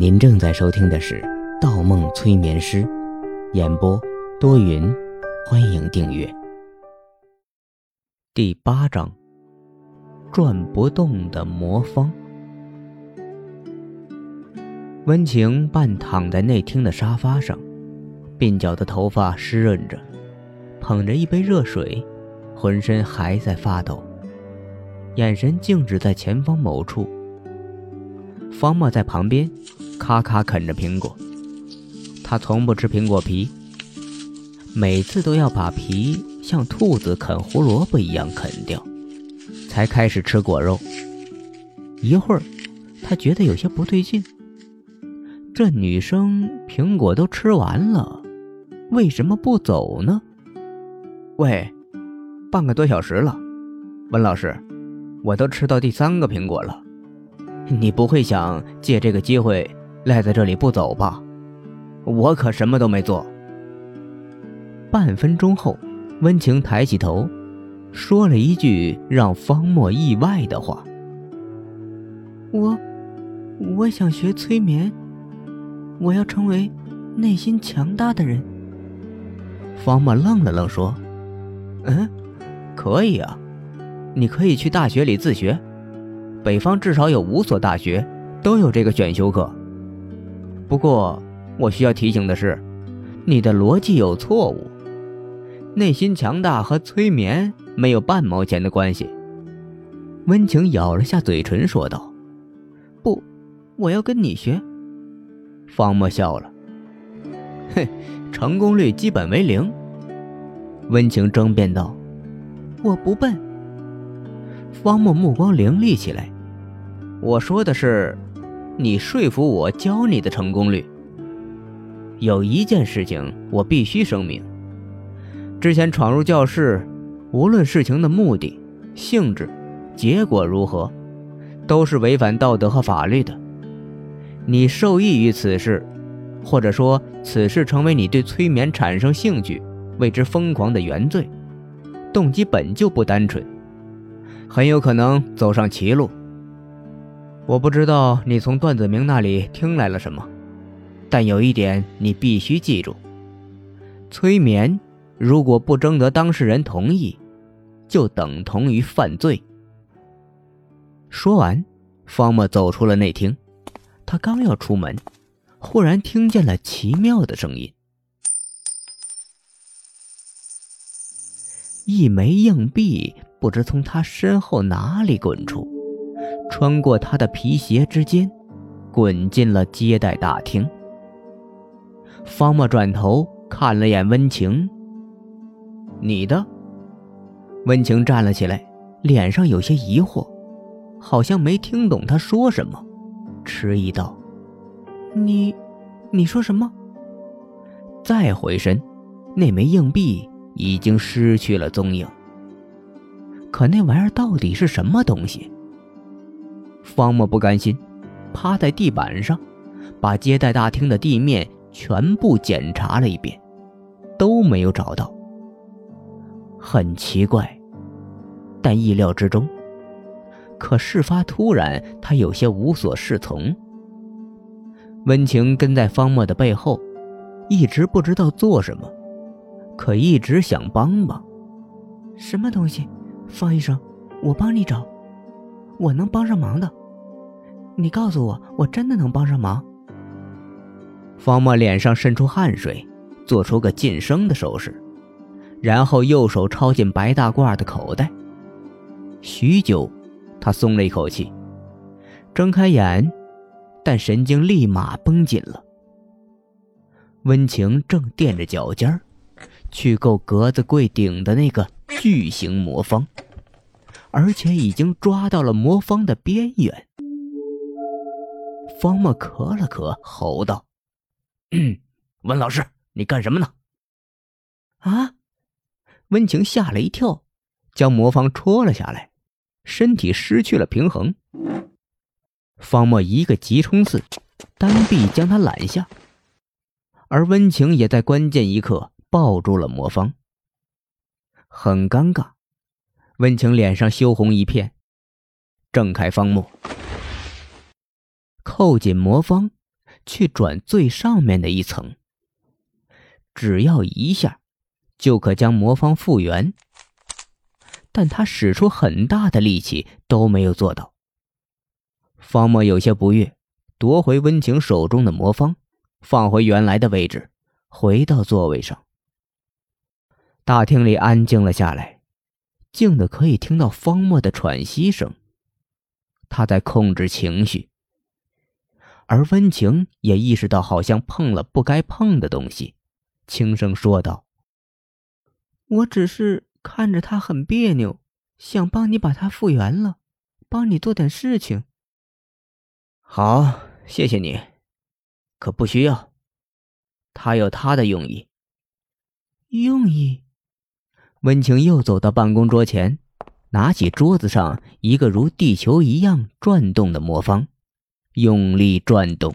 您正在收听的是《盗梦催眠师》，演播多云，欢迎订阅。第8章，转不动的魔方。温情半躺在内厅的沙发上，鬓角的头发湿润着，捧着一杯热水，浑身还在发抖，眼神静止在前方某处。方墨在旁边咔咔啃着苹果，他从不吃苹果皮，每次都要把皮像兔子啃胡萝卜一样啃掉，才开始吃果肉。一会儿他觉得有些不对劲，这女生苹果都吃完了，为什么不走呢？喂，半个多小时了，温老师，我都吃到第3个苹果了，你不会想借这个机会赖在这里不走吧？我可什么都没做。半分钟后，温情抬起头，说了一句让方墨意外的话：我想学催眠，我要成为内心强大的人。方墨愣了愣说：可以啊，你可以去大学里自学，北方至少有5所大学都有这个选修课。不过我需要提醒的是，你的逻辑有错误，内心强大和催眠没有半毛钱的关系。温情咬了下嘴唇说道：不，我要跟你学。方墨笑了：成功率基本为0。温情争辩道：我不笨。方墨目光凌厉起来：我说的是你说服我教你的成功率。有一件事情我必须声明，之前闯入教室，无论事情的目的、性质、结果如何，都是违反道德和法律的。你受益于此事，或者说此事成为你对催眠产生兴趣、为之疯狂的原罪，动机本就不单纯，很有可能走上歧路。我不知道你从段子明那里听来了什么，但有一点你必须记住，催眠如果不征得当事人同意，就等同于犯罪。说完，方墨走出了内厅，他刚要出门，忽然听见了奇妙的声音。一枚硬币不知从他身后哪里滚出，穿过他的皮鞋之间，滚进了接待大厅。方墨转头看了眼温情：你的？温情站了起来，脸上有些疑惑，好像没听懂他说什么，迟疑道：你说什么？再回身，那枚硬币已经失去了踪影。可那玩意儿到底是什么东西？方墨不甘心，趴在地板上，把接待大厅的地面全部检查了一遍，都没有找到。很奇怪，但意料之中。可事发突然，他有些无所适从。温情跟在方墨的背后，一直不知道做什么，可一直想帮忙。什么东西？方医生，我帮你找，我能帮上忙的，你告诉我，我真的能帮上忙。方墨脸上渗出汗水，做出个噤声的手势，然后右手抄进白大褂的口袋。许久，他松了一口气，睁开眼，但神经立马绷紧了。温情正垫着脚尖去够格子柜顶的那个巨型魔方，而且已经抓到了魔方的边缘。方墨咳了咳，吼道：温老师，你干什么呢？啊！温情吓了一跳，将魔方戳了下来，身体失去了平衡。方墨一个急冲刺，单臂将他揽下，而温情也在关键一刻抱住了魔方。很尴尬，温情脸上羞红一片，挣开方墨，扣紧魔方， 去转最上面的一层。只要一下，就可将魔方复原。但他使出很大的力气都没有做到。方墨有些不悦，夺回温情手中的魔方，放回原来的位置，回到座位上。大厅里安静了下来，静得可以听到方墨的喘息声。他在控制情绪，而温情也意识到好像碰了不该碰的东西，轻声说道：我只是看着他很别扭，想帮你把他复原了，帮你做点事情。好，谢谢你，可不需要，他有他的用意。用意？温情又走到办公桌前，拿起桌子上一个如地球一样转动的魔方，用力转动，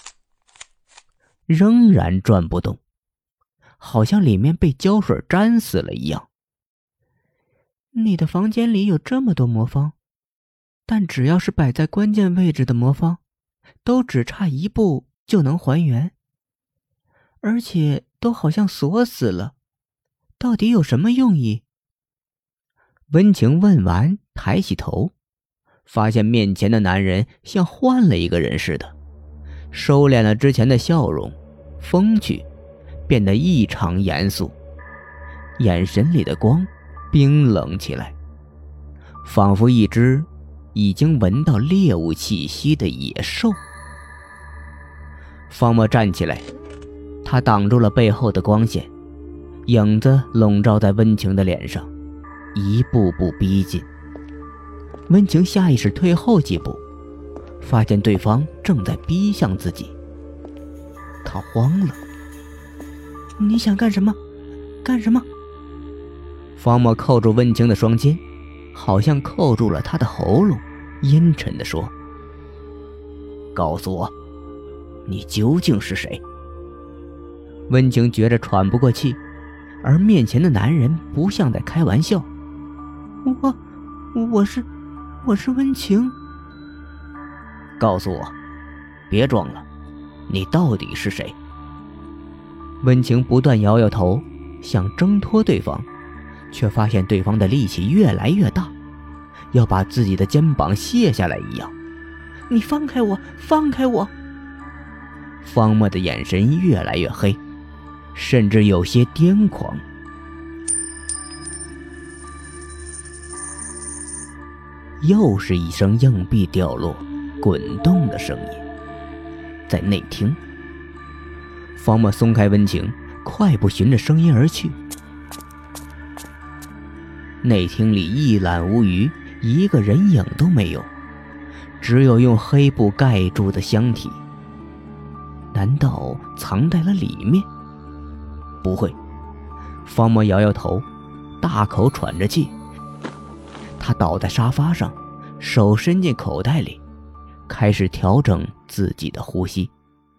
仍然转不动，好像里面被胶水沾死了一样。你的房间里有这么多魔方，但只要是摆在关键位置的魔方，都只差一步就能还原，而且都好像锁死了，到底有什么用意？温情问完，抬起头，发现面前的男人像换了一个人似的，收敛了之前的笑容，风趣，变得异常严肃，眼神里的光冰冷起来，仿佛一只已经闻到猎物气息的野兽。方墨站起来，他挡住了背后的光线，影子笼罩在温情的脸上，一步步逼近。温情下意识退后几步，发现对方正在逼向自己，他慌了。你想干什么？干什么？方墨扣住温情的双肩，好像扣住了他的喉咙，阴沉地说：告诉我，你究竟是谁？温情觉着喘不过气，而面前的男人不像在开玩笑。我是温情。告诉我，别装了，你到底是谁？温情不断摇摇头，想挣脱对方，却发现对方的力气越来越大，要把自己的肩膀卸下来一样。你放开我，放开我！方墨的眼神越来越黑，甚至有些癫狂。又是一声硬币掉落滚动的声音，在内厅。方墨松开温情，快步循着声音而去。内厅里一览无余，一个人影都没有，只有用黑布盖住的箱体。难道藏在了里面？不会。方墨摇摇头，大口喘着气。他倒在沙发上，手伸进口袋里，开始调整自己的呼吸。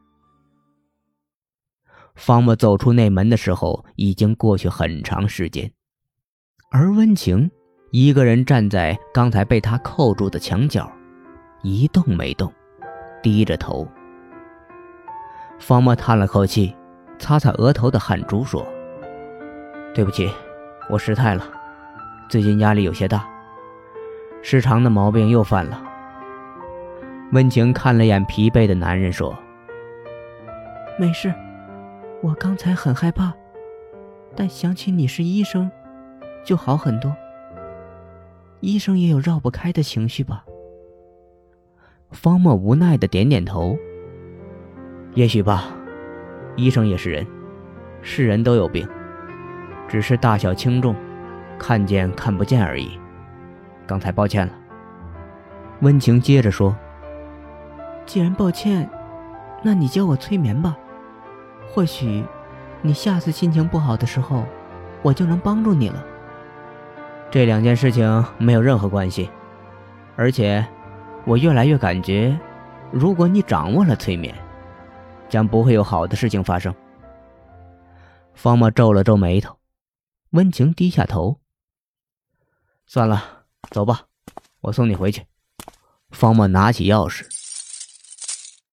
方墨走出内门的时候，已经过去很长时间，而温情一个人站在刚才被他扣住的墙角，一动没动，低着头。方墨叹了口气，擦擦额头的汗珠，说：对不起，我失态了，最近压力有些大，失常的毛病又犯了。温情看了眼疲惫的男人，说：没事，我刚才很害怕，但想起你是医生，就好很多。医生也有绕不开的情绪吧？方墨无奈地点点头。也许吧，医生也是人，是人都有病，只是大小轻重，看见看不见而已。刚才抱歉了。温情接着说：既然抱歉，那你教我催眠吧，或许你下次心情不好的时候，我就能帮助你了。这两件事情没有任何关系，而且我越来越感觉，如果你掌握了催眠，将不会有好的事情发生。方墨皱了皱眉头，温情低下头。算了，走吧，我送你回去。方墨拿起钥匙。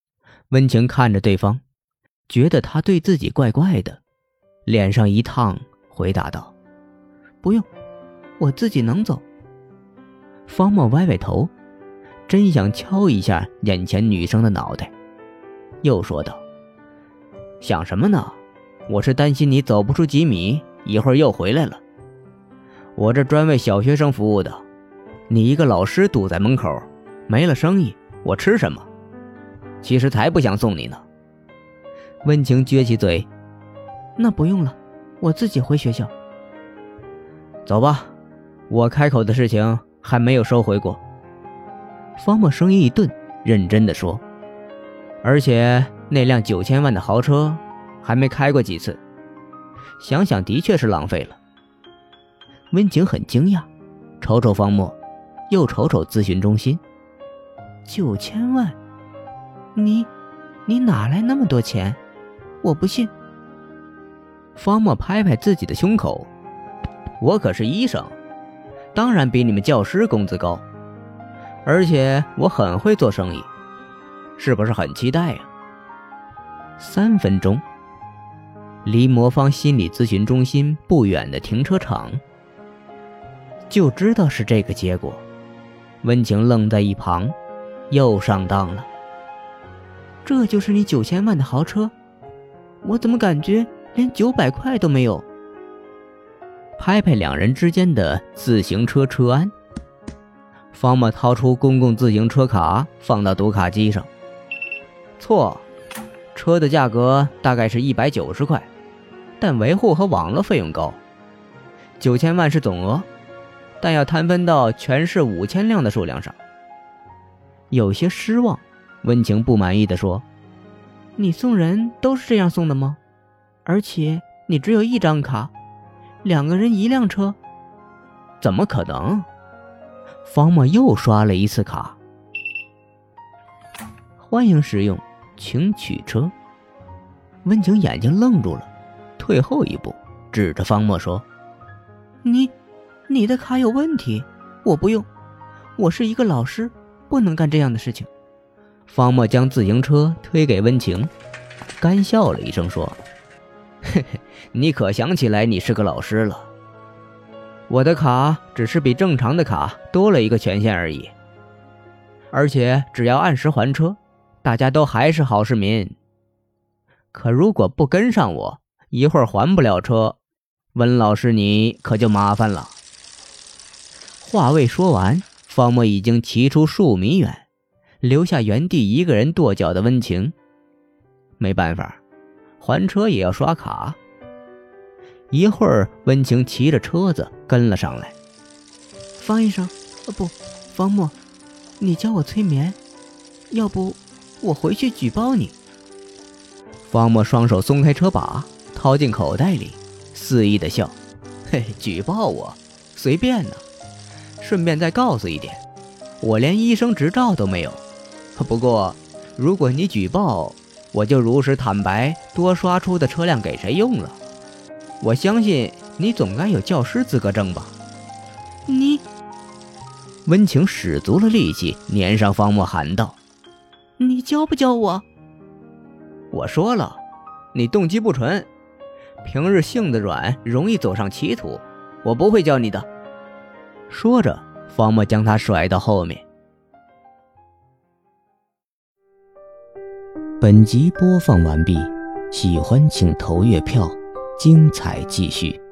温情看着对方，觉得他对自己怪怪的，脸上一烫，回答道：不用，我自己能走。方墨歪歪头，真想敲一下眼前女生的脑袋，又说道：想什么呢？我是担心你走不出几米，一会儿又回来了。我这专为小学生服务的，你一个老师堵在门口，没了生意，我吃什么？其实才不想送你呢。温情撅起嘴：那不用了，我自己回学校。走吧，我开口的事情还没有收回过。方墨声音一顿，认真地说：而且那辆9000万的豪车还没开过几次，想想的确是浪费了。温情很惊讶，瞅瞅方墨，又瞅瞅咨询中心。9000万？你哪来那么多钱？我不信。方墨拍拍自己的胸口：我可是医生，当然比你们教师工资高，而且我很会做生意，是不是很期待呀？3分钟，离魔方心理咨询中心不远的停车场。就知道是这个结果，温情愣在一旁，又上当了。这就是你9000万的豪车？我怎么感觉连900块都没有？拍拍两人之间的自行车车鞍，方墨掏出公共自行车卡放到读卡机上。错，车的价格大概是190块，但维护和网络费用高。9000万是总额，但要摊分到全市5000辆的数量上。有些失望，温情不满意地说：你送人都是这样送的吗？而且你只有1张卡，2个人1辆车，怎么可能？方墨又刷了一次卡。欢迎使用，请取车。温情眼睛愣住了，退后一步，指着方墨说：你的卡有问题，我不用，我是一个老师，不能干这样的事情。方墨将自行车推给温情，干笑了一声说：嘿嘿，你可想起来你是个老师了。我的卡只是比正常的卡多了一个权限而已，而且只要按时还车，大家都还是好市民。可如果不跟上我，一会儿还不了车，温老师你可就麻烦了。话未说完，方墨已经骑出数米远，留下原地一个人跺脚的温情。没办法，还车也要刷卡。一会儿，温情骑着车子跟了上来。方医生，不，方墨，你教我催眠，要不我回去举报你。方墨双手松开车把，掏进口袋里，肆意的笑：嘿，举报我，随便呢。顺便再告诉一点，我连医生执照都没有。不过，如果你举报，我就如实坦白多刷出的车辆给谁用了。我相信你总该有教师资格证吧？你……温情使足了力气，粘上方墨喊道：你教不教我？我说了，你动机不纯，平日性子软，容易走上歧途，我不会教你的。说着，方墨将他甩到后面。本集播放完毕，喜欢请投月票，精彩继续。